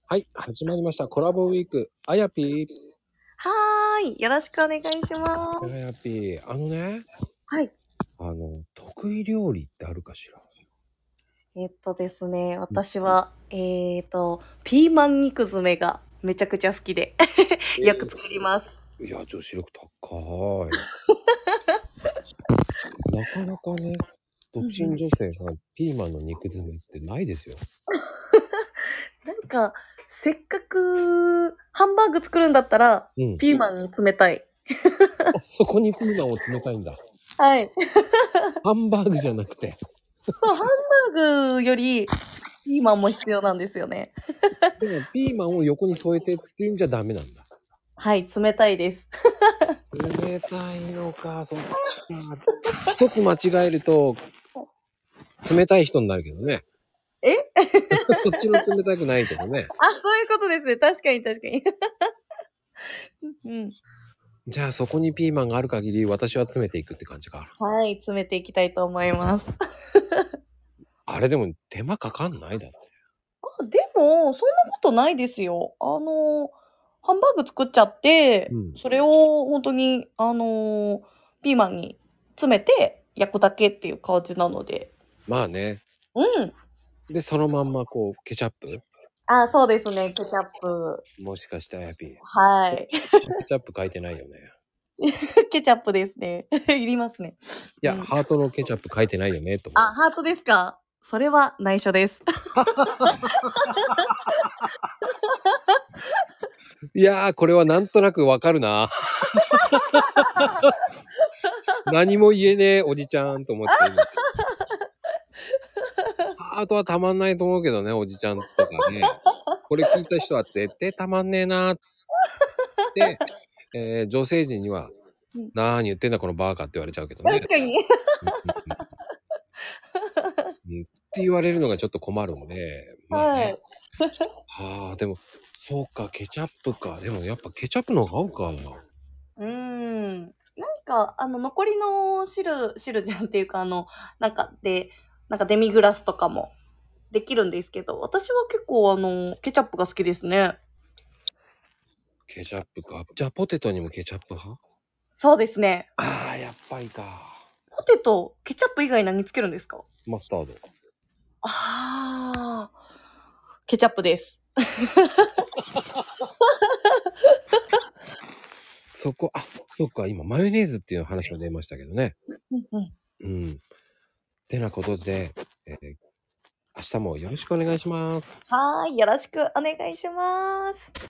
はい、始まりました。コラボウィーク。あやぴー。 はーい。よろしくお願いしまあす。 やぴー。 はい。 得意料理ってあるかしら？ ですね、 うん。 私は、ピーマン肉詰めがめちゃくちゃ好きで、よく作ります。 いや、女子力高い。なかなかね、独うんうん。 身女性がピーマンの肉詰めってないですよ。 なんか、せっかくハンバーグ作るんだったら、 うん。 ピーマンに詰めたい。 あ、そこにピーマンを詰めたいんだ。 はい。 ハンバーグじゃなくて。 そう、ハンバーグよりピーマンも必要なんですよね。 でもピーマンを横に添えてっていうんじゃダメなんだ。 はい、冷たいです。 冷たいのか、そっちか。一つ間違えると冷たい人になるけどね。 えそっちの冷たくないけどね。 あ、そういうことですね。確かに確かに。うん。 じゃあそこにピーマンがある限り私は詰めていくって感じか。 はい、詰めていきたいと思います。 あれでも手間かかんないだって。 あ、でも、そんなことないですよ。ハンバーグ作っちゃって、 うん。 それをほんとに、ピーマンに詰めて焼くだけっていう感じなので。 まあね。 うん。 で、そのまんまこう、ケチャップあ、そうですね、ケチャップ。 もしかしてあやぴー。 はい。 ケチャップ書いてないよね。 ケチャップですね。いりますね。 いや、 うん。 ハートのケチャップ書いてないよね、と思っあ、 て。 ハートですか？それは内緒です。 いやー、これはなんとなくわかるな。何も言えねえおじちゃんと思って今。ハートはたまんないと思うけどね、おじちゃんとかね。これ聞いた人は絶対たまんねえなーって、女性陣には、 うん、 なーに言ってんだこのバーカって言われちゃうけどね。 確かに。 うんうんうん。って言われるのがちょっと困るんで、まあね。 はい。 はあ、でも、そうか、ケチャップか。でもやっぱケチャップの方が合うかな。 なんか、残りの汁じゃんっていうか、なんかで、なんかデミグラスとかもできるんですけど、私は結構ケチャップが好きですね。 ケチャップか。じゃあポテトにもケチャップ派？ そうですね。 ああ、やっぱりか。 ポテト、ケチャップ以外何つけるんですか？ マスタード。 ああ、ケチャップです。 そこ、あ、そっか、今マヨネーズっていう話が出ましたけどね。 うんうん。 うん。てなことで、明日もよろしくお願いします。 はーい、よろしくお願いします。